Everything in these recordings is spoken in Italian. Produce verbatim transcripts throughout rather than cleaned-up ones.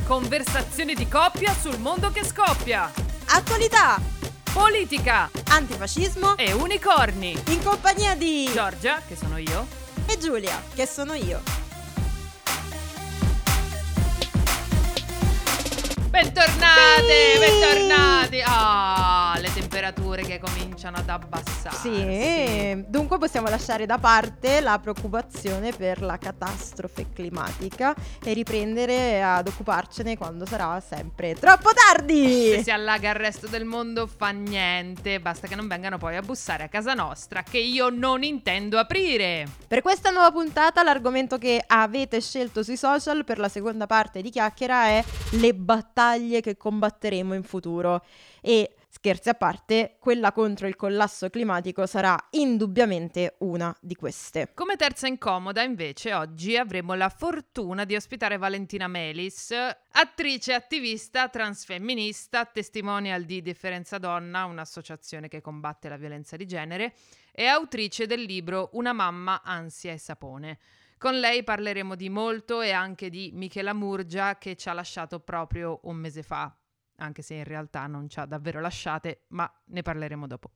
Conversazioni di coppia sul mondo che scoppia. Attualità, Politica antifascismo e unicorni. in compagnia di Giorgia, che sono io, e Giulia, che sono io. Bentornate, Sì! bentornati. Ah, le temperature che cominciano ad abbassare. Sì, dunque possiamo lasciare da parte la preoccupazione per la catastrofe climatica e riprendere ad occuparcene quando sarà sempre troppo tardi. Se si allaga il resto del mondo fa niente, basta che non vengano poi a bussare a casa nostra, che io non intendo aprire. Per questa nuova puntata l'argomento che avete scelto sui social per la seconda parte di Chiacchiera è le battaglie che combatteremo in futuro. E scherzi a parte, quella contro il collasso climatico sarà indubbiamente una di queste. Come terza incomoda, invece, oggi avremo la fortuna di ospitare Valentina Melis, attrice, attivista, transfemminista, testimonial di Differenza Donna, un'associazione che combatte la violenza di genere, e autrice del libro Una mamma, ansia e sapone. Con lei parleremo di molto e anche di Michela Murgia, che ci ha lasciato proprio un mese fa, anche se in realtà non ci ha davvero lasciate, ma ne parleremo dopo.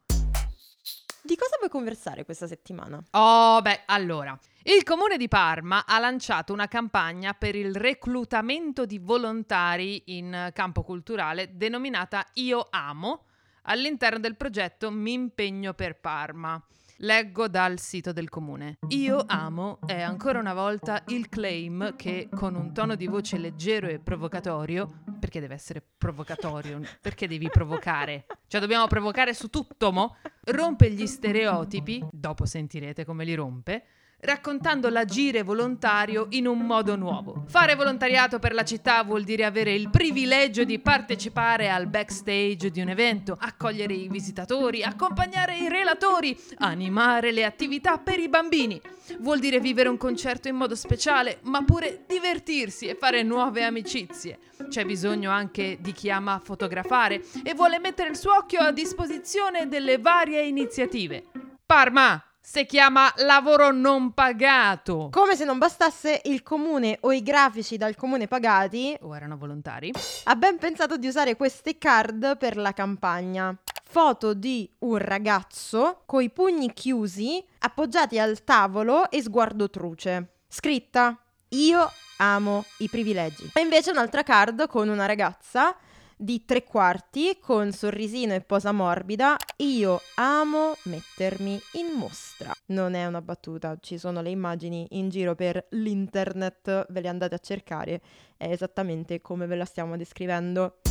Di cosa vuoi conversare questa settimana? Oh, beh, allora, il comune di Parma ha lanciato una campagna per il reclutamento di volontari in campo culturale denominata Io Amo, all'interno del progetto Mi impegno per Parma. Leggo dal sito del comune. Io amo è ancora una volta il claim che, con un tono di voce leggero e provocatorio, perché deve essere provocatorio? Perché devi provocare? Cioè dobbiamo provocare su tutto, mo? Rompe gli stereotipi, dopo sentirete come li rompe, raccontando l'agire volontario in un modo nuovo. Fare volontariato per la città vuol dire avere il privilegio di partecipare al backstage di un evento, accogliere i visitatori, accompagnare i relatori, animare le attività per i bambini. Vuol dire vivere un concerto in modo speciale, ma pure divertirsi e fare nuove amicizie. C'è bisogno anche di chi ama fotografare e vuole mettere il suo occhio a disposizione delle varie iniziative. Parma si chiama lavoro non pagato. Come se non bastasse, il comune o i grafici dal comune pagati O erano volontari? ha ben pensato di usare queste card per la campagna. Foto di un ragazzo coi pugni chiusi, appoggiati al tavolo e sguardo truce. Scritta: io amo i privilegi. E invece un'altra card con una ragazza di tre quarti con sorrisino e posa morbida: io amo mettermi in mostra. Non è una battuta, ci sono le immagini in giro per l'internet, ve le andate a cercare, è esattamente come ve la stiamo descrivendo.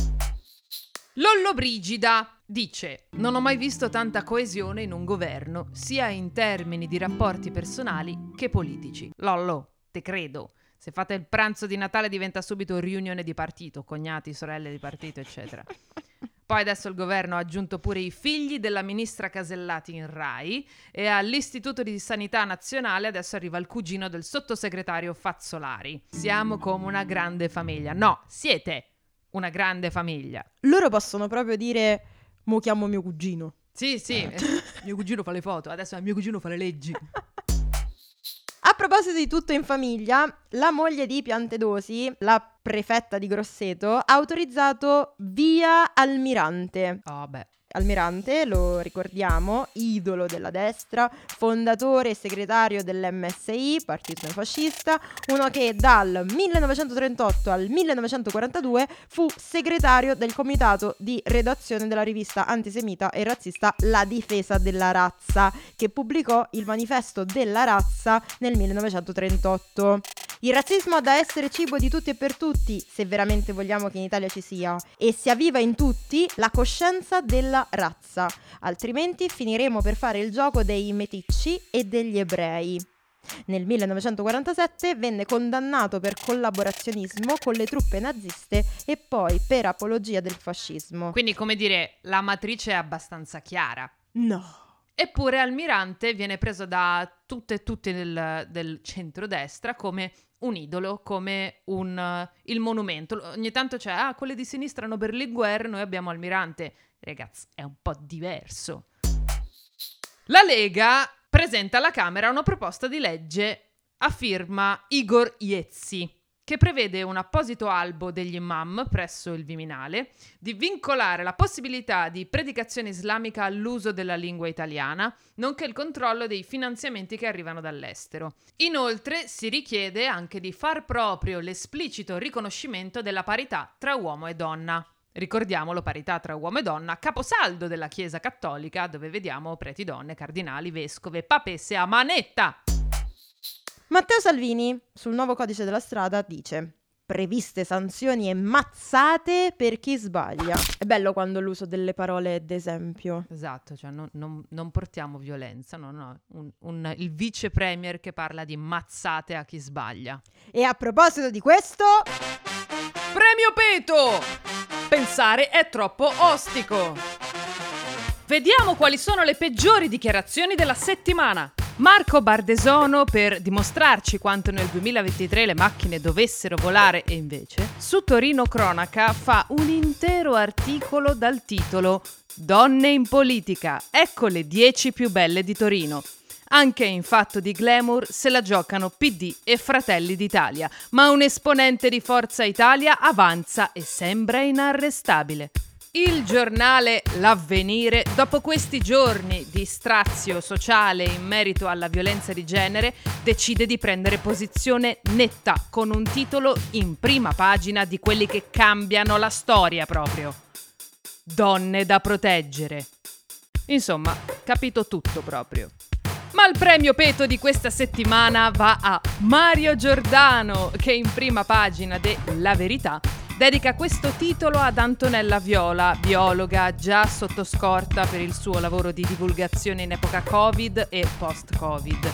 Lollobrigida dice: non ho mai visto tanta coesione in un governo, sia in termini di rapporti personali che politici. Lollo, te credo. Se fate il pranzo di Natale diventa subito riunione di partito, cognati, sorelle di partito, eccetera. Poi adesso il governo ha aggiunto pure i figli della ministra Casellati in Rai e all'Istituto di Sanità Nazionale adesso arriva il cugino del sottosegretario Fazzolari. Siamo come una grande famiglia. No, siete una grande famiglia. Loro possono proprio dire: mo chiamo mio cugino. Sì, sì, mio cugino fa le foto, adesso mio cugino fa le leggi. A proposito di tutto in famiglia, la moglie di Piantedosi, la prefetta di Grosseto, ha autorizzato via Almirante. Oh, beh. Almirante, lo ricordiamo, idolo della destra, fondatore e segretario dell'M S I, partito neofascista, uno che dal millenovecentotrentotto al millenovecentoquarantadue fu segretario del comitato di redazione della rivista antisemita e razzista La Difesa della Razza, che pubblicò il Manifesto della Razza nel millenovecentotrentotto. Il razzismo ha da essere cibo di tutti e per tutti, se veramente vogliamo che in Italia ci sia, e sia viva in tutti la coscienza della razza, altrimenti finiremo per fare il gioco dei meticci e degli ebrei. Nel millenovecentoquarantasette venne condannato per collaborazionismo con le truppe naziste e poi per apologia del fascismo. Quindi, come dire, la matrice è abbastanza chiara. No. Eppure Almirante viene preso da tutte e tutti del, del centrodestra come un idolo, come un, uh, il monumento. Ogni tanto c'è, ah, quelle di sinistra hanno Berlinguer, noi abbiamo Almirante. Ragazzi, è un po' diverso. La Lega presenta alla Camera una proposta di legge a firma Igor Iezzi, che prevede un apposito albo degli imam presso il Viminale, di vincolare la possibilità di predicazione islamica all'uso della lingua italiana, nonché il controllo dei finanziamenti che arrivano dall'estero. Inoltre si richiede anche di far proprio l'esplicito riconoscimento della parità tra uomo e donna. Ricordiamolo, parità tra uomo e donna, caposaldo della Chiesa Cattolica, dove vediamo preti donne, cardinali, vescove, papesse a manetta. Matteo Salvini, sul nuovo codice della strada, dice: previste sanzioni e mazzate per chi sbaglia. È bello quando l'uso delle parole d'esempio. Esatto, cioè non, non- non portiamo violenza, no, no, un- un- il vice premier che parla di mazzate a chi sbaglia. E a proposito di questo, Premio Peto! Pensare è troppo ostico. Vediamo quali sono le peggiori dichiarazioni della settimana. Marco Bardesono, per dimostrarci quanto nel duemilaventitré le macchine dovessero volare e invece, su Torino Cronaca fa un intero articolo dal titolo Donne in politica, ecco le dieci più belle di Torino. Anche in fatto di glamour se la giocano P D e Fratelli d'Italia, ma un esponente di Forza Italia avanza e sembra inarrestabile. Il giornale L'Avvenire, dopo questi giorni di strazio sociale in merito alla violenza di genere, decide di prendere posizione netta con un titolo in prima pagina di quelli che cambiano la storia proprio. Donne da proteggere. Insomma, capito tutto proprio. Ma il premio Peto di questa settimana va a Mario Giordano, che in prima pagina de La Verità dedica questo titolo ad Antonella Viola, biologa già sotto scorta per il suo lavoro di divulgazione in epoca Covid e post-Covid.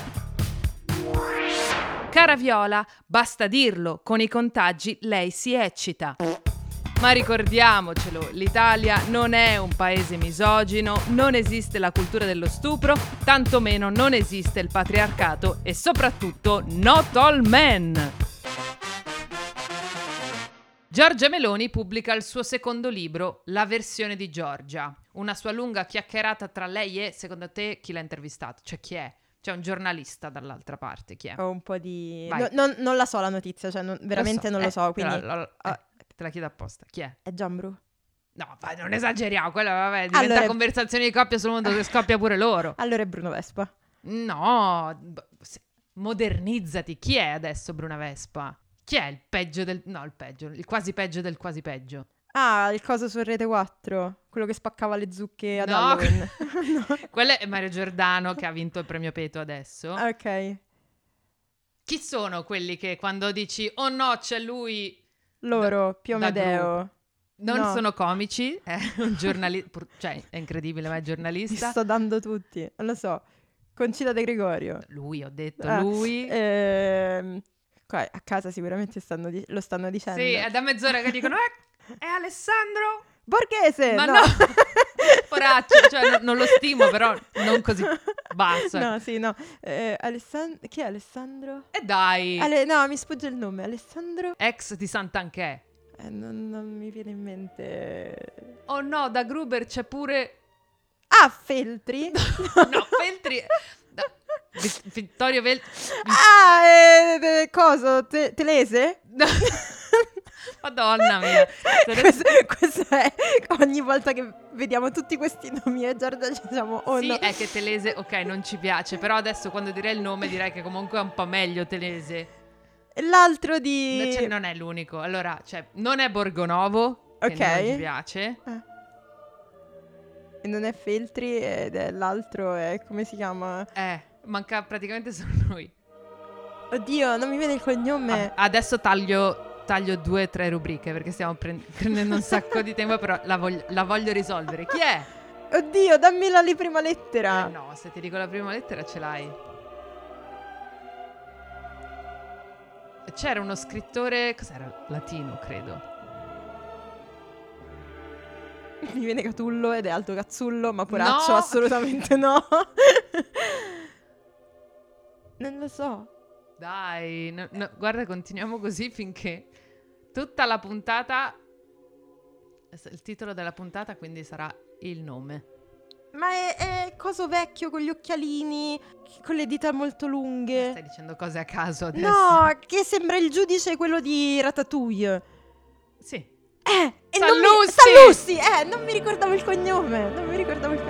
Cara Viola, basta dirlo, con i contagi lei si eccita. Ma ricordiamocelo, l'Italia non è un paese misogino, non esiste la cultura dello stupro, tantomeno non esiste il patriarcato e soprattutto not all men. Giorgia Meloni pubblica il suo secondo libro, La versione di Giorgia. Una sua lunga chiacchierata tra lei e, secondo te, chi l'ha intervistato? Cioè, chi è? C'è un giornalista dall'altra parte, chi è? ho un po' di... Vai. no- non, non la so la notizia, cioè non- veramente non lo eh, so, quindi... Te la, la- ah, eh, te la chiedo apposta. Chi è? è Gianbru. No, vai, non esageriamo, quella vabbè, diventa Allora è- conversazioni di coppia sul mondo che scoppia pure loro. Allora è Bruno Vespa. No, b- se- modernizzati. Chi è adesso Bruna Vespa? Chi è il peggio del... no, il peggio, il quasi peggio del quasi peggio? Ah, il coso su Rete quattro, quello che spaccava le zucche ad No. Halloween. No. Quello è Mario Giordano che ha vinto il premio Peto adesso. Ok, Chi sono quelli che quando dici oh no c'è lui loro, Pio da Medeo. non No. sono comici, è un giornalista, cioè è incredibile ma è Ti giornalista. sto dando tutti, non lo so. Concita De Gregorio. Lui, ho detto Ah, lui. Ehm, qua a casa sicuramente stanno di- lo stanno dicendo. Sì, è da mezz'ora che dicono eh, è Alessandro. Borghese! Ma no! no, poraccio, cioè no- non lo stimo però non così basso. No, sì, no. Eh, Alessandro... Chi è Alessandro? E dai, Ale- no, mi sfugge il nome. Alessandro? ex di Sant'Anché. Eh, non, non mi viene in mente... Oh no, da Gruber c'è pure Ah, Feltri? no, Feltri da- Vi- Vittorio Vel Ah, eh, eh, coso? Te- Telese? Madonna mia. questo, questo è ogni volta che vediamo tutti questi nomi e Giorgia ci diciamo oh sì, no. è che Telese, ok, non ci piace, però adesso quando direi il nome direi che comunque è un po' meglio Telese. L'altro di Invece non è l'unico. Allora, cioè, non è Borgonovo, che Ok. non ci piace. e non è Feltri ed è l'altro è come si chiama? Eh, manca praticamente solo lui. Oddio, non mi viene il cognome. A- adesso taglio, taglio due o tre rubriche perché stiamo pre- prendendo un sacco di tempo, però la, vogl- la voglio risolvere. Chi è? Oddio, dammi la li- prima lettera. Eh no, se ti dico la prima lettera ce l'hai. C'era uno scrittore, cos'era? Latino, credo. Mi viene Catullo ed è Alto Cazzullo, ma poraccio No! assolutamente no. Non lo so. Dai, no- no, guarda, continuiamo così finché tutta la puntata, il titolo della puntata quindi sarà il nome. Ma è, è coso vecchio con gli occhialini, con le dita molto lunghe. Stai dicendo cose a caso adesso? No, che sembra il giudice quello di Ratatouille. Sì. Eh, e non mi... Sallusti! Sallusti! Eh, non mi ricordavo il cognome. Non mi ricordavo il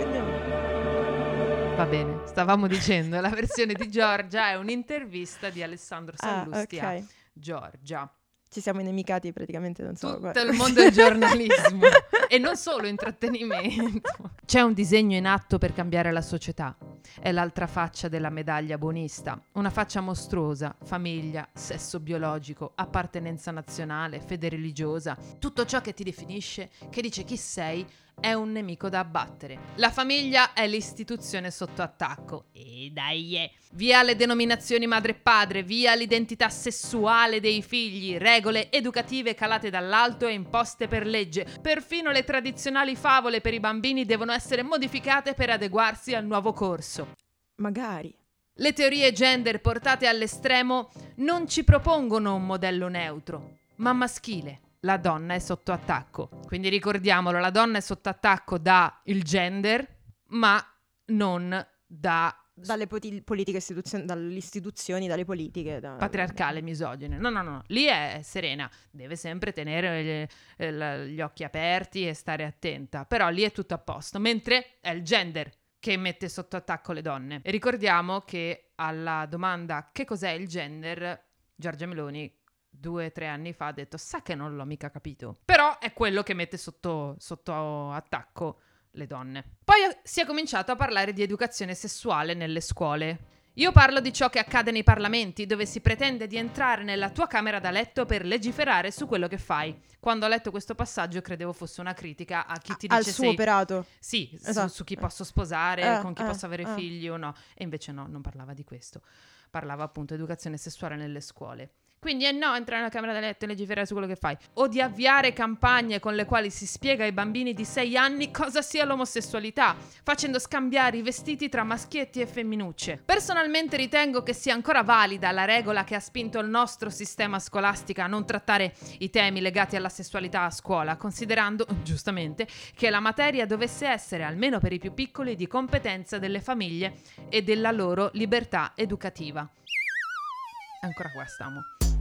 cognome. Va bene, stavamo dicendo, la versione di Giorgia è un'intervista di Alessandro Sallusti Ah, ok. a Giorgia. Ci siamo inimicati praticamente, non so. Tutto guarda. il mondo del giornalismo e non solo intrattenimento. C'è un disegno in atto per cambiare la società. È l'altra faccia della medaglia buonista. Una faccia mostruosa, famiglia, sesso biologico, appartenenza nazionale, fede religiosa. Tutto ciò che ti definisce, che dice chi sei, è un nemico da abbattere. La famiglia è l'istituzione sotto attacco. E dai, eh. Via le denominazioni madre e padre, via l'identità sessuale dei figli, regole educative calate dall'alto e imposte per legge. Perfino le tradizionali favole per i bambini devono essere modificate per adeguarsi al nuovo corso. Magari. Le teorie gender portate all'estremo non ci propongono un modello neutro, ma maschile. La donna è sotto attacco. Quindi ricordiamolo, la donna è sotto attacco da il gender, ma non da Dalle poti- politiche istituzioni, dalle istituzioni, dalle politiche. Da... patriarcale, misogine. No, no, no, lì è serena, deve sempre tenere eh, l- gli occhi aperti e stare attenta, però lì è tutto a posto, mentre è il gender che mette sotto attacco le donne. E ricordiamo che alla domanda che cos'è il gender, Giorgia Meloni due o tre anni fa ha detto sa che non l'ho mica capito, però è quello che mette sotto, sotto attacco le donne. Poi si è cominciato a parlare di educazione sessuale nelle scuole. Io parlo di ciò che accade nei parlamenti, dove si pretende di entrare nella tua camera da letto per legiferare su quello che fai. Quando ho letto questo passaggio credevo fosse una critica a chi ti dice al suo sei... operato. Sì, Esatto. su, su chi posso sposare, Eh, con chi eh, posso avere eh. figli o no. E invece no, non parlava di questo. Parlava appunto di educazione sessuale nelle scuole. Quindi è no entrare nella camera da letto e legiferare su quello che fai. O di avviare campagne con le quali si spiega ai bambini di sei anni cosa sia l'omosessualità, facendo scambiare i vestiti tra maschietti e femminucce. Personalmente ritengo che sia ancora valida la regola che ha spinto il nostro sistema scolastico a non trattare i temi legati alla sessualità a scuola, considerando, giustamente, che la materia dovesse essere, almeno per i più piccoli, di competenza delle famiglie e della loro libertà educativa. Ancora qua stiamo.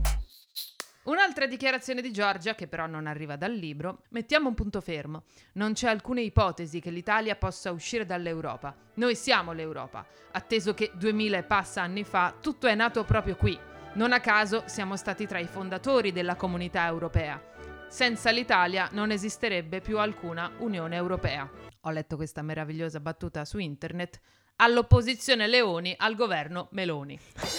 Un'altra dichiarazione di Giorgia, che però non arriva dal libro, mettiamo un punto fermo. Non c'è alcuna ipotesi che l'Italia possa uscire dall'Europa. Noi siamo l'Europa, atteso che duemila e passa anni fa tutto è nato proprio qui. Non a caso siamo stati tra i fondatori della comunità europea. Senza l'Italia non esisterebbe più alcuna Unione Europea. Ho letto questa meravigliosa battuta su internet. All'opposizione Leoni, al governo Meloni.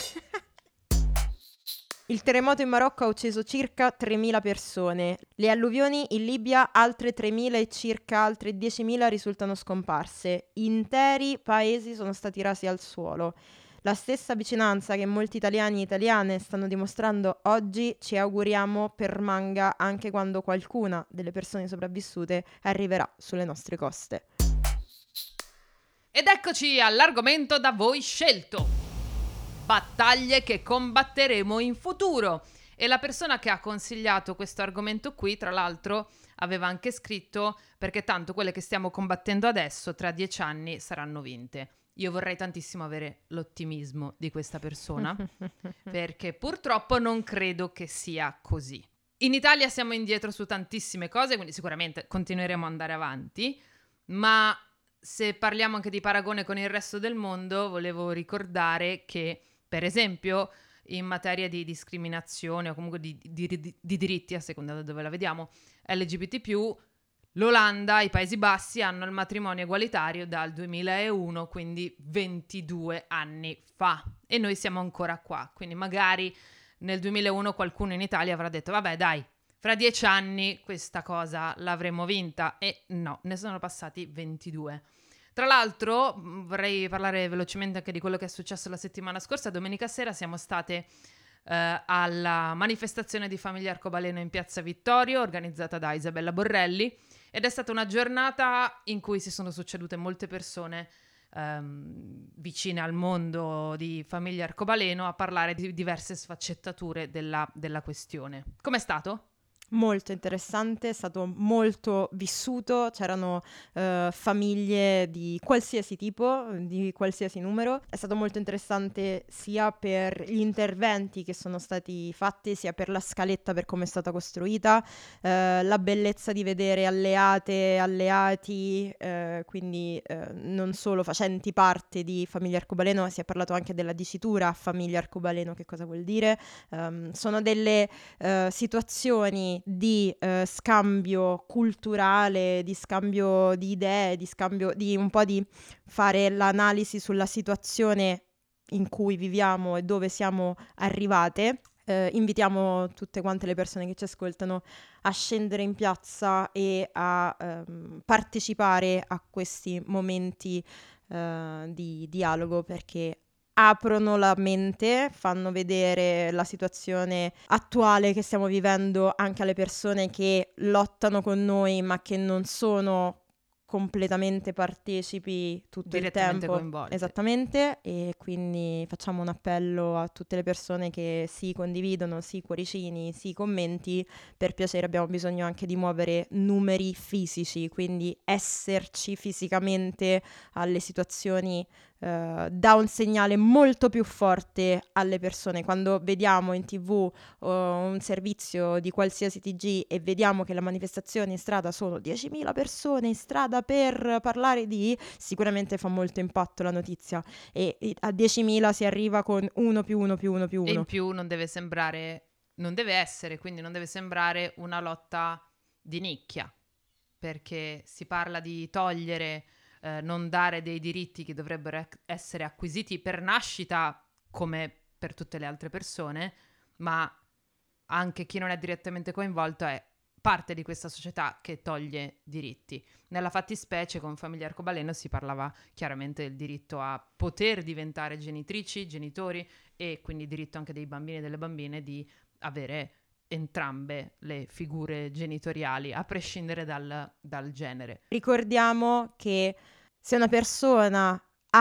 Il terremoto in Marocco ha ucciso circa tremila persone. Le alluvioni in Libia, altre tremila e circa altre diecimila risultano scomparse. Interi paesi sono stati rasi al suolo. La stessa vicinanza che molti italiani e italiane stanno dimostrando oggi ci auguriamo permanga anche quando qualcuna delle persone sopravvissute arriverà sulle nostre coste. Ed eccoci all'argomento da voi scelto. Battaglie che combatteremo in futuro. E la persona che ha consigliato questo argomento qui, tra l'altro, aveva anche scritto perché tanto quelle che stiamo combattendo adesso tra dieci anni saranno vinte. Io vorrei tantissimo avere l'ottimismo di questa persona perché purtroppo non credo che sia così. In Italia siamo indietro su tantissime cose, quindi sicuramente continueremo ad andare avanti, ma se parliamo anche di paragone con il resto del mondo, volevo ricordare che per esempio, in materia di discriminazione o comunque di, di, di, di diritti, a seconda da dove la vediamo, L G B T più, l'Olanda, i Paesi Bassi hanno il matrimonio egualitario dal duemilauno, quindi ventidue anni fa. E noi siamo ancora qua. Quindi magari nel duemilauno qualcuno in Italia avrà detto, vabbè dai, fra dieci anni questa cosa l'avremo vinta. E no, ne sono passati ventidue. Tra l'altro vorrei parlare velocemente anche di quello che è successo la settimana scorsa. Domenica sera siamo state eh, alla manifestazione di Famiglia Arcobaleno in Piazza Vittorio, organizzata da Isabella Borrelli, ed è stata una giornata in cui si sono succedute molte persone ehm, vicine al mondo di Famiglia Arcobaleno a parlare di diverse sfaccettature della, della questione. Com'è stato? Molto interessante, è stato molto vissuto, c'erano eh, famiglie di qualsiasi tipo, di qualsiasi numero. È stato molto interessante sia per gli interventi che sono stati fatti, sia per la scaletta, per come è stata costruita, eh, la bellezza di vedere alleate, alleati, eh, quindi eh, non solo facenti parte di famiglia arcobaleno, si è parlato anche della dicitura famiglia arcobaleno, che cosa vuol dire. Um, sono delle uh, situazioni di uh, scambio culturale, di scambio di idee, di scambio di un po' di fare l'analisi sulla situazione in cui viviamo e dove siamo arrivate. Uh, invitiamo tutte quante le persone che ci ascoltano a scendere in piazza e a um, partecipare a questi momenti uh, di dialogo, perché aprono la mente, fanno vedere la situazione attuale che stiamo vivendo anche alle persone che lottano con noi ma che non sono completamente partecipi tutto il Direttamente tempo. coinvolte. Esattamente, e quindi facciamo un appello a tutte le persone che si condividono, sì cuoricini, sì commenti. Per piacere, abbiamo bisogno anche di muovere numeri fisici, quindi esserci fisicamente alle situazioni Uh, dà un segnale molto più forte alle persone. Quando vediamo in tv uh, un servizio di qualsiasi T G e vediamo che la manifestazione in strada sono diecimila persone in strada per parlare di, sicuramente fa molto impatto la notizia, e, e a diecimila si arriva con uno più uno più uno più uno. E in più non deve sembrare, non deve essere, quindi non deve sembrare una lotta di nicchia, perché si parla di togliere, eh, non dare dei diritti che dovrebbero ec- essere acquisiti per nascita come per tutte le altre persone, ma anche chi non è direttamente coinvolto è parte di questa società che toglie diritti. Nella fattispecie con Famiglia Arcobaleno si parlava chiaramente del diritto a poter diventare genitrici, genitori, e quindi diritto anche dei bambini e delle bambine di avere entrambe le figure genitoriali, a prescindere dal, dal genere. Ricordiamo che se una persona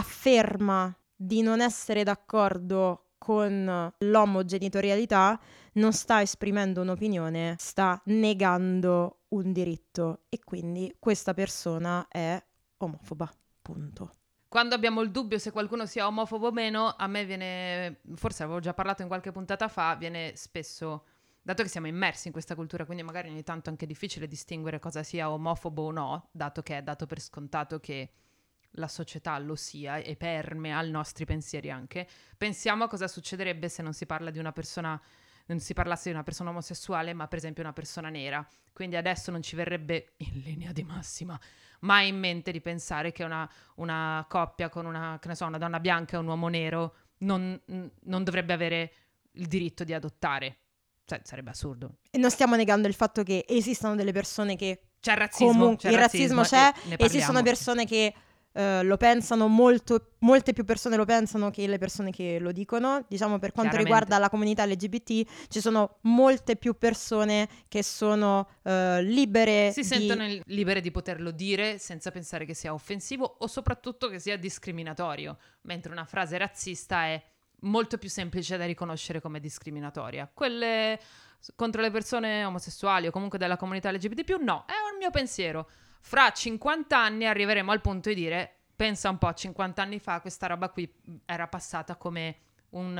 afferma di non essere d'accordo con l'omogenitorialità, non sta esprimendo un'opinione, sta negando un diritto, e quindi questa persona è omofoba, punto. Quando abbiamo il dubbio se qualcuno sia omofobo o meno, a me viene, forse avevo già parlato in qualche puntata fa, viene spesso, dato che siamo immersi in questa cultura, quindi magari ogni tanto è anche difficile distinguere cosa sia omofobo o no, dato che è dato per scontato che la società lo sia e permea i nostri pensieri anche. Pensiamo a cosa succederebbe se non si parla di una persona, non si parlasse di una persona omosessuale, ma per esempio una persona nera. Quindi adesso non ci verrebbe, in linea di massima, mai in mente di pensare che una, una coppia con una, che ne so, una donna bianca e un uomo nero non, non dovrebbe avere il diritto di adottare. Cioè, sarebbe assurdo. E non stiamo negando il fatto che esistano delle persone che c'è razzismo, comunque c'è il razzismo, razzismo c'è, ne parliamo. Esistono persone che Uh, lo pensano molto, molte più persone lo pensano che le persone che lo dicono. Diciamo, per quanto riguarda la comunità L G B T, ci sono molte più persone che sono uh, libere si di... sentono libere di poterlo dire senza pensare che sia offensivo o soprattutto che sia discriminatorio, mentre una frase razzista è molto più semplice da riconoscere come discriminatoria. Quelle contro le persone omosessuali o comunque della comunità L G B T più, no, è un mio pensiero. Fra cinquanta anni arriveremo al punto di dire, pensa un po', cinquanta anni fa questa roba qui era passata come un,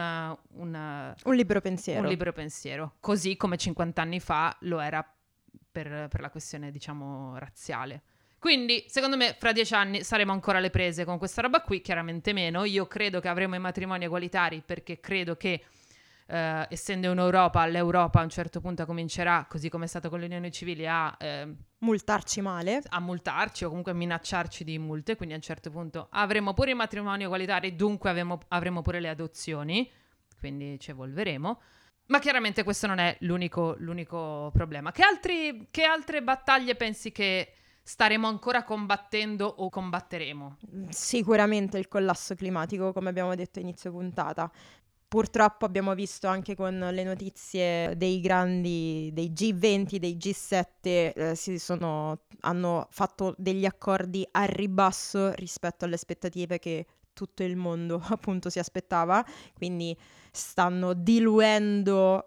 un, un libero pensiero. Un libero pensiero, così come cinquanta anni fa lo era per, per la questione, diciamo, razziale. Quindi, secondo me, fra dieci anni saremo ancora alle prese con questa roba qui, chiaramente meno. Io credo che avremo i matrimoni egualitari, perché credo che Uh, essendo in Europa, l'Europa a un certo punto comincerà, così come è stato con le unioni civili, a uh, multarci male, a multarci o comunque a minacciarci di multe, quindi a un certo punto avremo pure i matrimoni egualitari, dunque avremo, avremo pure le adozioni, quindi ci evolveremo. Ma chiaramente questo non è l'unico, l'unico problema. Che, altri, che altre battaglie pensi che staremo ancora combattendo o combatteremo? Sicuramente il collasso climatico, come abbiamo detto a inizio puntata. Purtroppo abbiamo visto anche con le notizie dei grandi, dei G venti, dei G sette, eh, si sono, hanno fatto degli accordi a ribasso rispetto alle aspettative che tutto il mondo appunto si aspettava, quindi stanno diluendo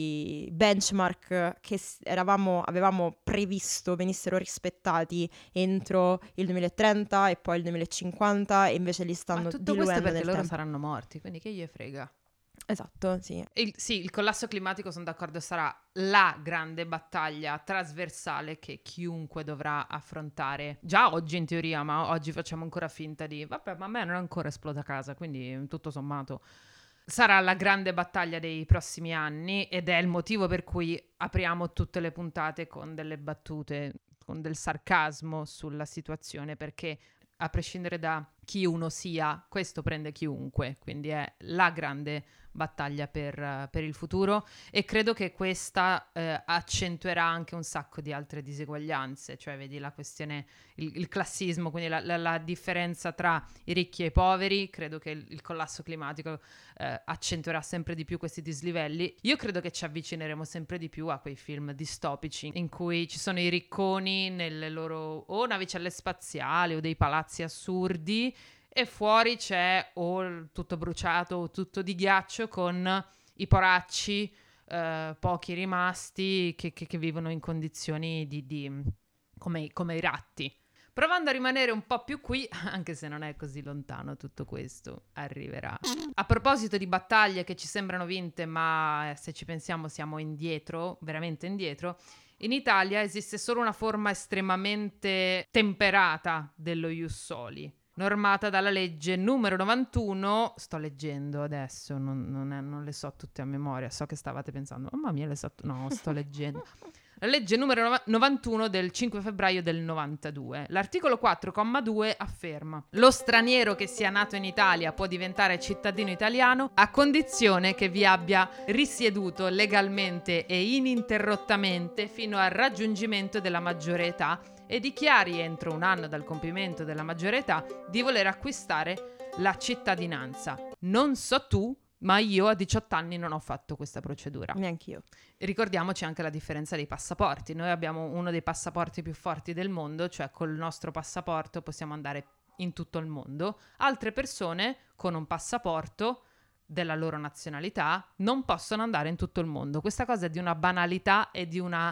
i benchmark che s- eravamo, avevamo previsto venissero rispettati entro il duemilatrenta e poi il duemilacinquanta, e invece li Ma stanno tutto questo diluendo perché nel loro tempo. saranno morti, quindi che gli frega? Esatto, sì. Il, sì, il collasso climatico, sono d'accordo, sarà la grande battaglia trasversale che chiunque dovrà affrontare. Già oggi in teoria, ma oggi facciamo ancora finta di vabbè, ma a me non è ancora esplota casa, quindi tutto sommato sarà la grande battaglia dei prossimi anni, ed è il motivo per cui apriamo tutte le puntate con delle battute, con del sarcasmo sulla situazione, perché a prescindere da chi uno sia, questo prende chiunque, quindi è la grande battaglia per, uh, per il futuro, e credo che questa eh, accentuerà anche un sacco di altre diseguaglianze, cioè vedi la questione, il, il classismo, quindi la, la, la differenza tra i ricchi e i poveri. Credo che il, il collasso climatico eh, accentuerà sempre di più questi dislivelli. Io credo che ci avvicineremo sempre di più a quei film distopici in cui ci sono i ricconi nelle loro o navicelle spaziali o dei palazzi assurdi, e fuori c'è o tutto bruciato o tutto di ghiaccio con i poracci, eh, pochi rimasti, che, che- che vivono in condizioni di, di- come, come i ratti. Provando a rimanere un po' più qui, anche se non è così lontano tutto questo, arriverà. A proposito di battaglie che ci sembrano vinte, ma eh, se ci pensiamo siamo indietro, veramente indietro, in Italia esiste solo una forma estremamente temperata dello ius soli, normata dalla legge numero novantuno, sto leggendo adesso, non, non è- non le so tutte a memoria, so che stavate pensando, mamma mia, le so tu-" no, sto leggendo. La legge numero nova- novantuno del cinque febbraio del novantadue. L'articolo quattro, comma due afferma: lo straniero che sia nato in Italia può diventare cittadino italiano a condizione che vi abbia risieduto legalmente e ininterrottamente fino al raggiungimento della maggiore età e dichiari entro un anno dal compimento della maggiore età di voler acquistare la cittadinanza. Non so tu, ma io a diciotto anni non ho fatto questa procedura. Neanch'io. Ricordiamoci anche la differenza dei passaporti. Noi abbiamo uno dei passaporti più forti del mondo, cioè col nostro passaporto possiamo andare in tutto il mondo. Altre persone con un passaporto della loro nazionalità non possono andare in tutto il mondo. Questa cosa è di una banalità e di una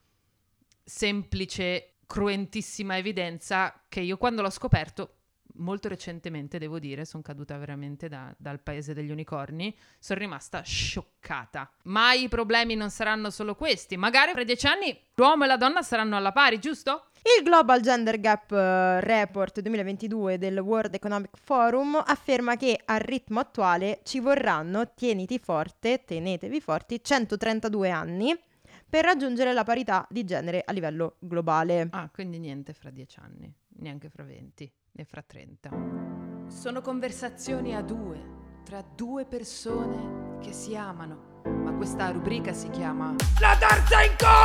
semplice, cruentissima evidenza che io, quando l'ho scoperto molto recentemente, devo dire, sono caduta veramente da- dal paese degli unicorni, sono rimasta scioccata. Ma i problemi non saranno solo questi, magari fra dieci anni l'uomo e la donna saranno alla pari, giusto? Il Global Gender Gap eh, Report duemilaventidue del World Economic Forum afferma che al ritmo attuale ci vorranno, tieniti forte, tenetevi forti, centotrentadue anni per raggiungere la parità di genere a livello globale. Ah, quindi niente fra dieci anni, neanche fra venti, né fra trenta. Sono conversazioni a due, tra due persone che si amano, ma questa rubrica si chiama La terza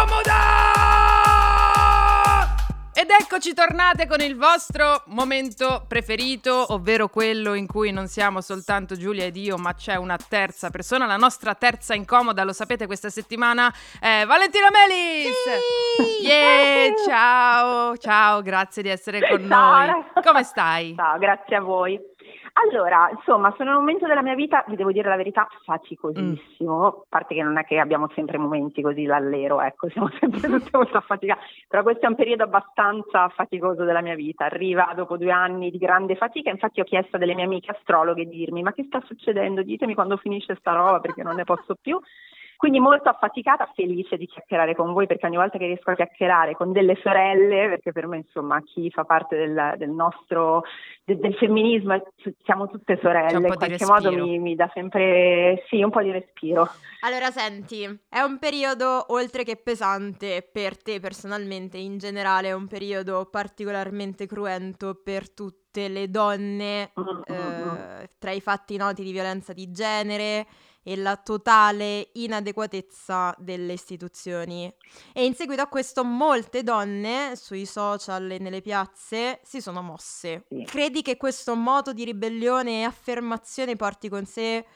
incomoda! Ed eccoci tornate con il vostro momento preferito, ovvero quello in cui non siamo soltanto Giulia ed io, ma c'è una terza persona. La nostra terza incomoda, lo sapete, questa settimana è Valentina Melis! Sì! Yeah, ciao, ciao, grazie di essere con Ciao. noi. Come stai? Ciao, grazie a voi. Allora, insomma, sono in un momento della mia vita, vi devo dire la verità, faticosissimo, a parte che non è che abbiamo sempre momenti così l'allero, ecco, siamo sempre tutte molto affaticate, però questo è un periodo abbastanza faticoso della mia vita, arriva dopo due anni di grande fatica, infatti ho chiesto a delle mie amiche astrologhe di dirmi ma che sta succedendo, ditemi quando finisce sta roba perché non ne posso più. Quindi molto affaticata, felice di chiacchierare con voi, perché ogni volta che riesco a chiacchierare con delle sorelle, perché per me insomma chi fa parte del, del nostro del, del femminismo siamo tutte sorelle, in qualche modo mi, mi dà sempre sì un po' di respiro. Allora senti, è un periodo oltre che pesante per te personalmente, in generale è un periodo particolarmente cruento per tutte le donne, Mm-hmm. eh, tra i fatti noti di violenza di genere e la totale inadeguatezza delle istituzioni. E in seguito a questo molte donne sui social e nelle piazze si sono mosse. Sì. Credi che questo moto di ribellione e affermazione porti con sé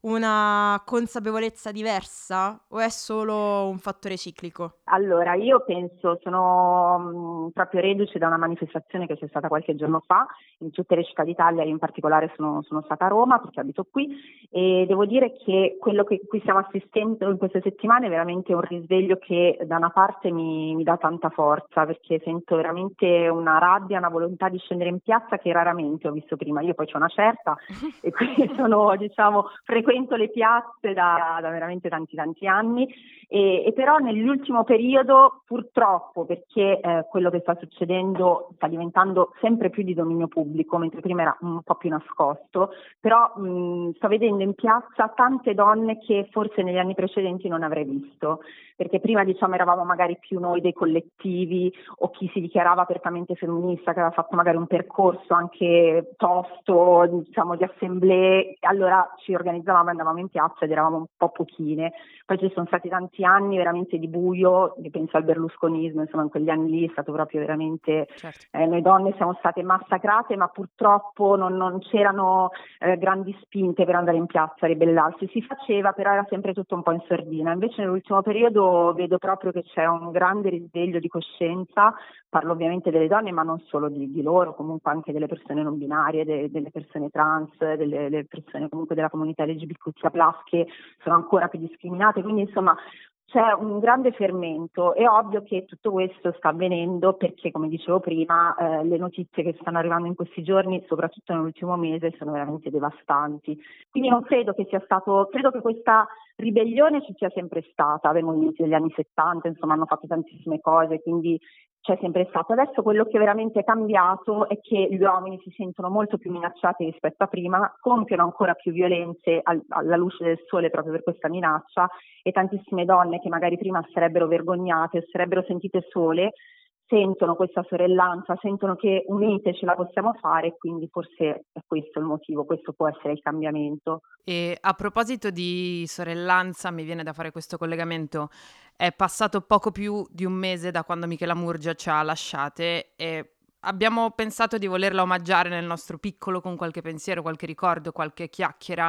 una consapevolezza diversa o è solo un fattore ciclico? Allora, io penso, sono mh, proprio reduce da una manifestazione che c'è stata qualche giorno fa in tutte le città d'Italia, io in particolare sono, sono stata a Roma perché abito qui e devo dire che quello che cui stiamo assistendo in queste settimane è veramente un risveglio che da una parte mi, mi dà tanta forza, perché sento veramente una rabbia, una volontà di scendere in piazza che raramente ho visto prima. Io poi c'ho una certa e quindi sono, diciamo, frequento le piazze da, da veramente tanti tanti anni e, e però nell'ultimo periodo purtroppo, perché eh, quello che sta succedendo sta diventando sempre più di dominio pubblico, mentre prima era un po' più nascosto, però mh, sto vedendo in piazza tante donne che forse negli anni precedenti non avrei visto, perché prima diciamo eravamo magari più noi dei collettivi o chi si dichiarava apertamente femminista, che aveva fatto magari un percorso anche tosto, diciamo di assemblee, allora ci organizzavamo, andavamo in piazza ed eravamo un po' pochine. Poi ci sono stati tanti anni veramente di buio, penso al berlusconismo, insomma in quegli anni lì è stato proprio veramente, Certo. eh, noi donne siamo state massacrate, ma purtroppo non, non c'erano eh, grandi spinte per andare in piazza a ribellarsi, si faceva però era sempre tutto un po' in sordina. Invece nell'ultimo periodo vedo proprio che c'è un grande risveglio di coscienza, parlo ovviamente delle donne ma non solo di, di loro, comunque anche delle persone non binarie, de, delle persone trans, delle, delle persone comunque della comunità L G B T Q I A plus che sono ancora più discriminate, quindi insomma c'è un grande fermento. È ovvio che tutto questo sta avvenendo perché, come dicevo prima, eh, le notizie che stanno arrivando in questi giorni, soprattutto nell'ultimo mese, sono veramente devastanti. Quindi non credo che sia stato, credo che questa ribellione ci sia sempre stata, avevano inizio negli anni settanta, insomma hanno fatto tantissime cose, quindi c'è sempre stato. Adesso quello che veramente è cambiato è che gli uomini si sentono molto più minacciati rispetto a prima, compiono ancora più violenze al, alla luce del sole proprio per questa minaccia e tantissime donne che magari prima sarebbero vergognate o sarebbero sentite sole sentono questa sorellanza, sentono che unite ce la possiamo fare e quindi forse è questo il motivo, questo può essere il cambiamento. E a proposito di sorellanza, mi viene da fare questo collegamento. È passato poco più di un mese da quando Michela Murgia ci ha lasciate e abbiamo pensato di volerla omaggiare nel nostro piccolo con qualche pensiero, qualche ricordo, qualche chiacchiera.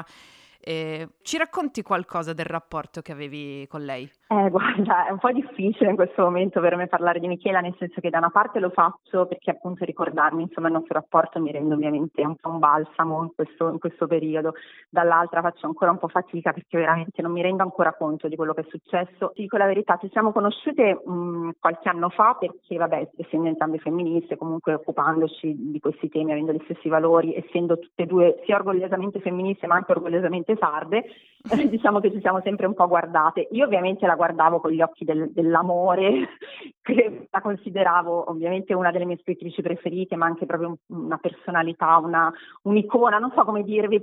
E ci racconti qualcosa del rapporto che avevi con lei? Eh, guarda, è un po' difficile in questo momento per me parlare di Michela, nel senso che da una parte lo faccio perché appunto ricordarmi insomma il nostro rapporto mi rende ovviamente un po' un balsamo in questo, in questo periodo, dall'altra faccio ancora un po' fatica perché veramente non mi rendo ancora conto di quello che è successo. Ti dico la verità, ci siamo conosciute mh, qualche anno fa perché vabbè, essendo entrambe femministe, comunque occupandoci di questi temi, avendo gli stessi valori, essendo tutte e due sia orgogliosamente femministe ma anche orgogliosamente sarde, eh, diciamo che ci siamo sempre un po' guardate. Io ovviamente la guardavo con gli occhi del, dell'amore, che la consideravo ovviamente una delle mie scrittrici preferite, ma anche proprio un, una personalità, una un'icona, non so come dirvi,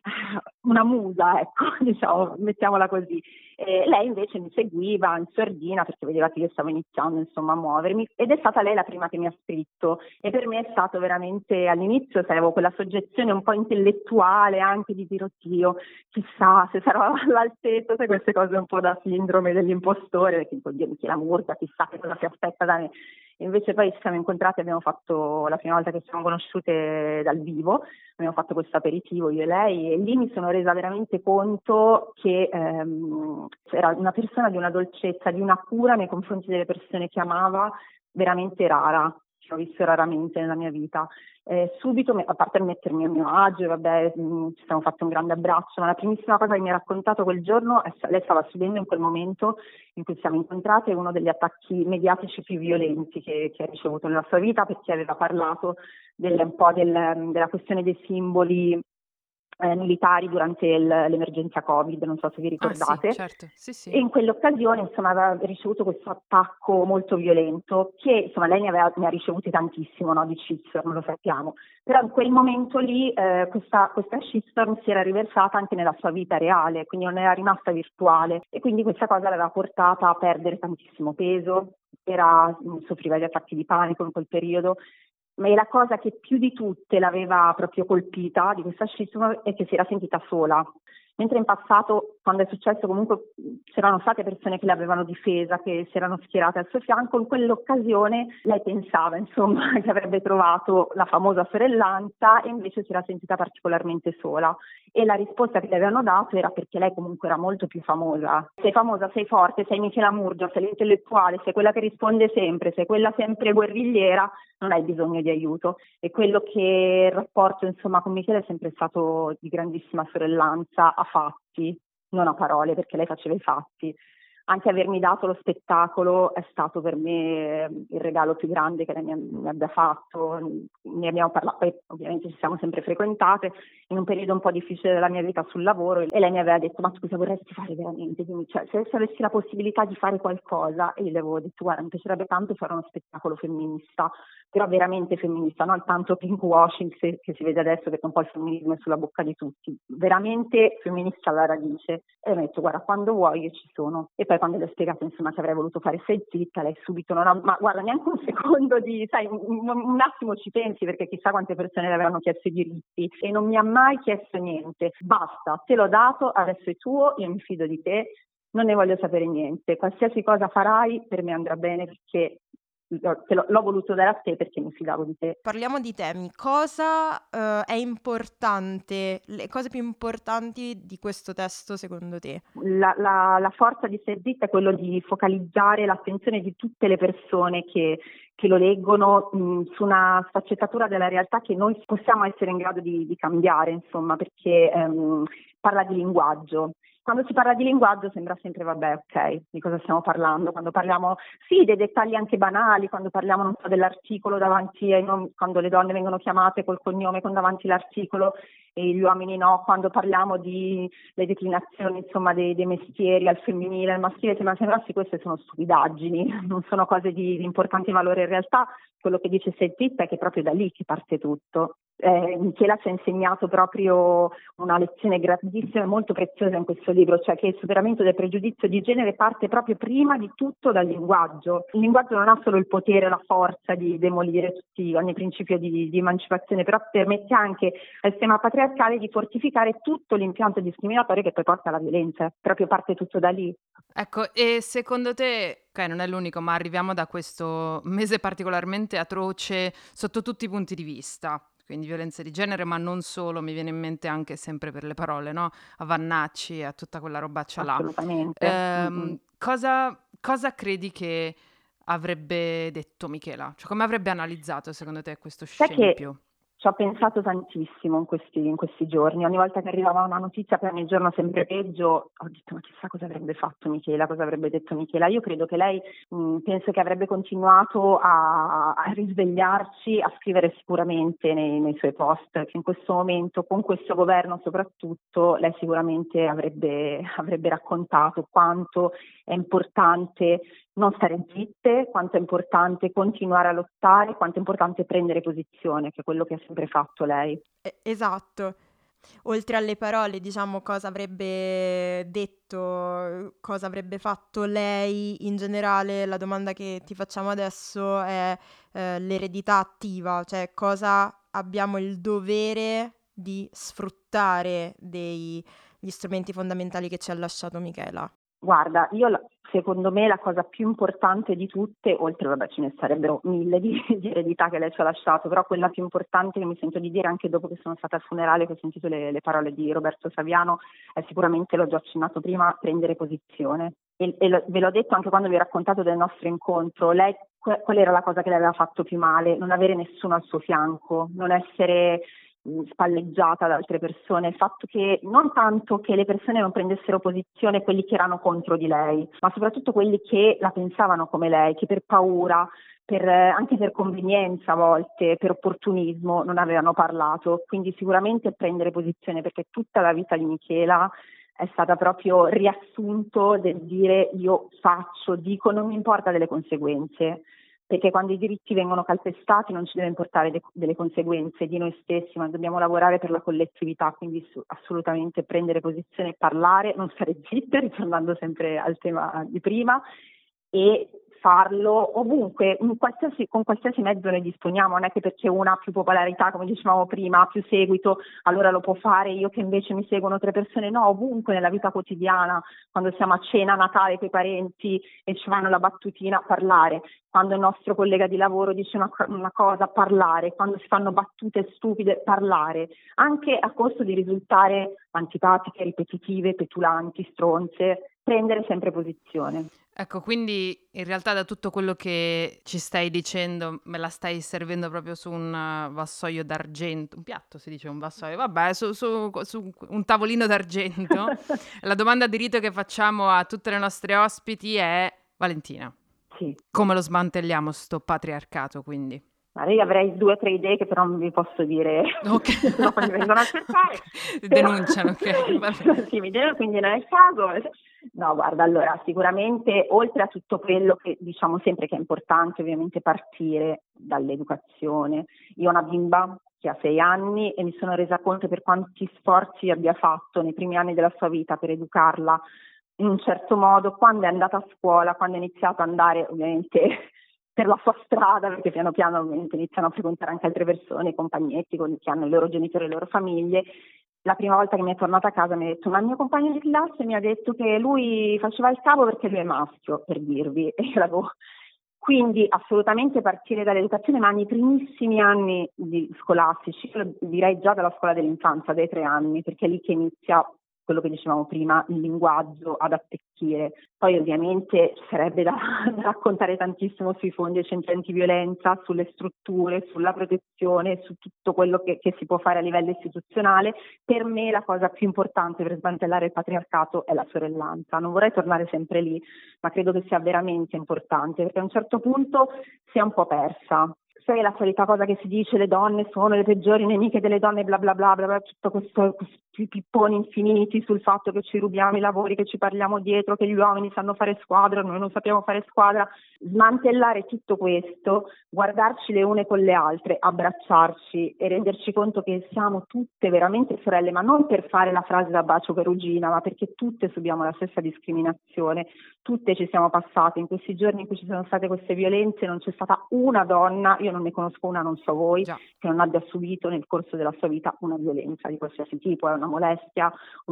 una musa, ecco, diciamo, mettiamola così. E lei invece mi seguiva in sordina perché vedeva che io stavo iniziando insomma a muovermi ed è stata lei la prima che mi ha scritto e per me è stato veramente all'inizio avevo quella soggezione un po' intellettuale anche di dire oddio chissà se sarò all'altezza, sai queste cose un po' da sindrome dell'impostore perché oddio Michela Murgia chissà che cosa si aspetta da me. Invece poi ci siamo incontrati, abbiamo fatto la prima volta che ci siamo conosciute dal vivo, abbiamo fatto questo aperitivo io e lei e lì mi sono resa veramente conto che ehm, era una persona di una dolcezza, di una cura nei confronti delle persone che amava veramente rara, che ho visto raramente nella mia vita. Eh, subito, a parte mettermi a mio agio, vabbè, mh, ci siamo fatti un grande abbraccio, ma la primissima cosa che mi ha raccontato quel giorno, è, lei stava subendo in quel momento in cui siamo incontrate uno degli attacchi mediatici più violenti che, che ha ricevuto nella sua vita, perché aveva parlato del, un po' del, della questione dei simboli Eh, militari durante il, l'emergenza Covid, non so se vi ricordate. Ah, sì, certo. Sì, sì. E in quell'occasione insomma aveva ricevuto questo attacco molto violento che insomma lei ne, aveva, ne ha ricevuti tantissimo, no, di shitstorm, lo sappiamo, però in quel momento lì eh, questa, questa shitstorm si era riversata anche nella sua vita reale, quindi non era rimasta virtuale e quindi questa cosa l'aveva portata a perdere tantissimo peso, era, soffriva di attacchi di panico in quel periodo. Ma la cosa che più di tutte l'aveva proprio colpita di questa shitstorm è che si era sentita sola, mentre in passato, quando è successo, comunque c'erano state persone che l'avevano difesa, che si erano schierate al suo fianco. In quell'occasione lei pensava, insomma, che avrebbe trovato la famosa sorellanza e invece si era sentita particolarmente sola. E la risposta che le avevano dato era perché lei comunque era molto più famosa. Sei famosa, sei forte, sei Michela Murgia, sei l'intellettuale, sei quella che risponde sempre, sei quella sempre guerrigliera, non hai bisogno di aiuto. E quello che il rapporto insomma con Michela è sempre stato di grandissima sorellanza a fatti, non a parole, perché lei faceva i fatti. Anche avermi dato lo spettacolo è stato per me il regalo più grande che lei mi, mi abbia fatto. Ne abbiamo parlato, poi ovviamente ci siamo sempre frequentate in un periodo un po' difficile della mia vita sul lavoro, e lei mi aveva detto: ma tu cosa vorresti fare veramente? Quindi, cioè, se, se avessi la possibilità di fare qualcosa, e io le avevo detto: guarda, mi piacerebbe tanto fare uno spettacolo femminista, però veramente femminista, non tanto pinkwashing se, che si vede adesso, perché un po' il femminismo è sulla bocca di tutti, veramente femminista alla radice. E mi ha detto: guarda, quando vuoi io ci sono. E poi quando le ho spiegato insomma che avrei voluto fare Stai zitta, lei subito non ha, ma guarda, neanche un secondo di, sai, un, un attimo ci pensi, perché chissà quante persone le avranno chiesto i diritti, e non mi ha mai chiesto niente. Basta, te l'ho dato, adesso è tuo, io mi fido di te, non ne voglio sapere niente, qualsiasi cosa farai per me andrà bene, perché te l'ho, l'ho voluto dare a te perché mi fidavo di te. Parliamo di temi. Cosa uh, è importante, le cose più importanti di questo testo secondo te? La, la, la forza di Stai zitta è quello di focalizzare l'attenzione di tutte le persone che, che lo leggono mh, su una sfaccettatura della realtà che noi possiamo essere in grado di, di cambiare, insomma, perché ehm, parla di linguaggio. Quando si parla di linguaggio sembra sempre, vabbè, ok, di cosa stiamo parlando? Quando parliamo, sì, dei dettagli anche banali, quando parliamo, non so, dell'articolo davanti ai nomi, quando le donne vengono chiamate col cognome con davanti l'articolo e gli uomini no, quando parliamo di le declinazioni, insomma, dei, dei mestieri al femminile, al maschile, sembra sempre, sì, queste sono stupidaggini, non sono cose di, di importante valore. In realtà quello che dice Stai zitta è che è proprio da lì che parte tutto. Eh, Michela ci ha insegnato proprio una lezione grandissima e molto preziosa in questo libro, cioè che il superamento del pregiudizio di genere parte proprio prima di tutto dal linguaggio. Il linguaggio non ha solo il potere, la forza di demolire tutti ogni principio di, di emancipazione, però permette anche al sistema patriarcale di fortificare tutto l'impianto discriminatorio che poi porta alla violenza. Proprio parte tutto da lì. Ecco, e secondo te, ok, non è l'unico, ma arriviamo da questo mese particolarmente atroce sotto tutti i punti di vista, quindi violenza di genere, ma non solo, mi viene in mente anche sempre per le parole, no? A Vannacci, a tutta quella robaccia là. Assolutamente. Ehm, cosa, cosa credi che avrebbe detto Michela? Cioè, come avrebbe analizzato secondo te questo Sai che scempio? ci ho pensato tantissimo in questi, in questi giorni. Ogni volta che arrivava una notizia, per ogni giorno sempre peggio, ho detto: ma chissà cosa avrebbe fatto Michela, cosa avrebbe detto Michela. Io credo che lei, mh, penso che avrebbe continuato a, a risvegliarci, a scrivere sicuramente nei, nei suoi post, che in questo momento, con questo governo soprattutto, lei sicuramente avrebbe, avrebbe raccontato quanto è importante non stare zitte, quanto è importante continuare a lottare, quanto è importante prendere posizione, che è quello che ha sempre fatto lei. Eh, esatto. Oltre alle parole, diciamo, cosa avrebbe detto, cosa avrebbe fatto lei in generale, la domanda che ti facciamo adesso è eh, l'eredità attiva, cioè cosa abbiamo il dovere di sfruttare degli strumenti fondamentali che ci ha lasciato Michela. Guarda, io la- secondo me la cosa più importante di tutte, oltre, vabbè, ce ne sarebbero mille di, di eredità che lei ci ha lasciato, però quella più importante che mi sento di dire anche dopo che sono stata al funerale, che ho sentito le, le parole di Roberto Saviano, è sicuramente, l'ho già accennato prima, prendere posizione. E, e lo- ve l'ho detto anche quando vi ho raccontato del nostro incontro. Lei, que- qual era la cosa che le aveva fatto più male? Non avere nessuno al suo fianco, non essere spalleggiata da altre persone, il fatto che non tanto che le persone non prendessero posizione, quelli che erano contro di lei, ma soprattutto quelli che la pensavano come lei, che per paura, per, anche per convenienza a volte, per opportunismo non avevano parlato. Quindi sicuramente prendere posizione, perché tutta la vita di Michela è stata proprio riassunto del dire: io faccio, dico, non mi importa delle conseguenze. Perché quando i diritti vengono calpestati non ci deve importare de- delle conseguenze di noi stessi, ma dobbiamo lavorare per la collettività, quindi su- assolutamente prendere posizione, parlare, non stare zitte, ritornando sempre al tema di prima, e farlo ovunque, in qualsiasi, con qualsiasi mezzo ne disponiamo, non è che perché una ha più popolarità, come dicevamo prima, ha più seguito, allora lo può fare, io che invece mi seguono tre persone, no, ovunque nella vita quotidiana, quando siamo a cena a Natale con i parenti e ci fanno la battutina, parlare, quando il nostro collega di lavoro dice una, una cosa, parlare, quando si fanno battute stupide, parlare, anche a costo di risultare antipatiche, ripetitive, petulanti, stronze, prendere sempre posizione. Ecco, quindi in realtà da tutto quello che ci stai dicendo me la stai servendo proprio su un uh, vassoio d'argento, un piatto si dice, un vassoio, vabbè, su, su, su un tavolino d'argento. La domanda di rito che facciamo a tutte le nostre ospiti è: Valentina, sì, come lo smantelliamo sto patriarcato, quindi? Allora, io avrei due o tre idee che però non vi posso dire, okay. Dopo mi vengono a cercare. Denunciano, ok. Sì, mi denunciano, quindi non è il caso. No, guarda, allora sicuramente oltre a tutto quello che diciamo sempre che è importante, ovviamente partire dall'educazione. Io ho una bimba che ha sei anni e mi sono resa conto per quanti sforzi abbia fatto nei primi anni della sua vita per educarla in un certo modo, quando è andata a scuola, quando è iniziato ad andare ovviamente per la sua strada, perché piano piano ovviamente iniziano a frequentare anche altre persone, i compagnetti con che hanno i loro genitori e le loro famiglie. La prima volta che mi è tornata a casa mi ha detto: ma il mio compagno di classe mi ha detto che lui faceva il cavo perché lui è maschio, per dirvi. E io l'avevo... Quindi assolutamente partire dall'educazione, ma nei primissimi anni di scolastici, direi già dalla scuola dell'infanzia, dai tre anni, perché è lì che inizia quello che dicevamo prima, il linguaggio ad attecchire. Poi ovviamente ci sarebbe da, da raccontare tantissimo sui fondi ai centri antiviolenza, sulle strutture, sulla protezione, su tutto quello che, che si può fare a livello istituzionale. Per me la cosa più importante per smantellare il patriarcato è la sorellanza. Non vorrei tornare sempre lì, ma credo che sia veramente importante, perché a un certo punto si è un po' persa. Sai la solita cosa che si dice, le donne sono le peggiori nemiche delle donne, bla bla bla bla, bla tutto questo, questi pipponi infiniti sul fatto che ci rubiamo i lavori, che ci parliamo dietro, che gli uomini sanno fare squadra, noi non sappiamo fare squadra. Smantellare tutto questo, guardarci le une con le altre, abbracciarci e renderci conto che siamo tutte veramente sorelle, ma non per fare la frase da bacio perugina, ma perché tutte subiamo la stessa discriminazione, tutte ci siamo passate. In questi giorni in cui ci sono state queste violenze non c'è stata una donna, io non ne conosco una, non so voi, Già. che non abbia subito nel corso della sua vita una violenza di qualsiasi tipo, è una molestia,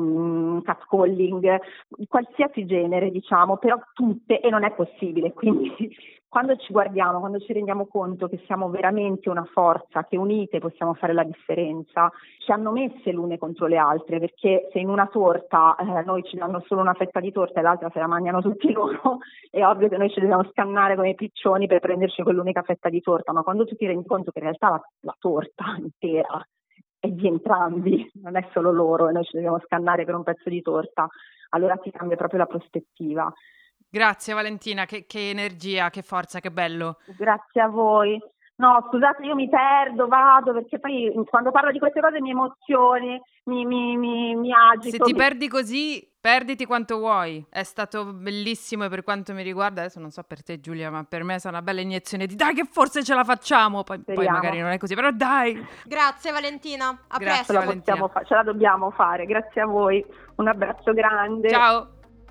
un catcalling, di qualsiasi genere, diciamo, però tutte, e non è possibile. Quindi quando ci guardiamo, quando ci rendiamo conto che siamo veramente una forza, che unite possiamo fare la differenza, ci hanno messe l'une contro le altre, perché se in una torta eh, noi ci danno solo una fetta di torta e l'altra se la mangiano tutti loro, è ovvio che noi ci dobbiamo scannare come i piccioni per prenderci quell'unica fetta di torta, ma quando tu ti rendi conto che in realtà la, la torta intera è di entrambi, non è solo loro e noi ci dobbiamo scannare per un pezzo di torta, allora ti cambia proprio la prospettiva. Grazie Valentina, che, che energia, che forza, che bello. Grazie a voi. No, scusate, io mi perdo, vado, perché poi quando parlo di queste cose mi emozioni, mi, mi, mi, mi agito. Se ti perdi così, perditi quanto vuoi. È stato bellissimo e per quanto mi riguarda, adesso non so per te Giulia, ma per me è stata una bella iniezione di dai che forse ce la facciamo, poi, poi magari non è così, però dai. Grazie Valentina, a Grazie, presto. Ce la, possiamo fa- ce la dobbiamo fare, grazie a voi, un abbraccio grande. Ciao.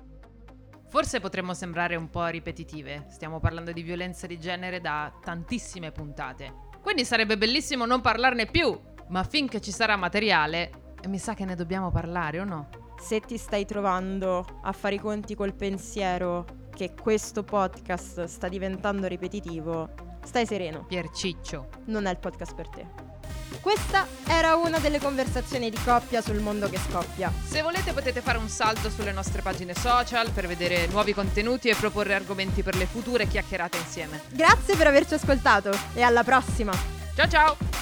Forse potremmo sembrare un po' ripetitive, stiamo parlando di violenza di genere da tantissime puntate, quindi sarebbe bellissimo non parlarne più, ma finché ci sarà materiale, mi sa che ne dobbiamo parlare, o no? Se ti stai trovando a fare i conti col pensiero che questo podcast sta diventando ripetitivo, stai sereno. Pierciccio. Non è il podcast per te. Questa era una delle conversazioni di coppia sul mondo che scoppia. Se volete potete fare un salto sulle nostre pagine social per vedere nuovi contenuti e proporre argomenti per le future chiacchierate insieme. Grazie per averci ascoltato e alla prossima! Ciao ciao!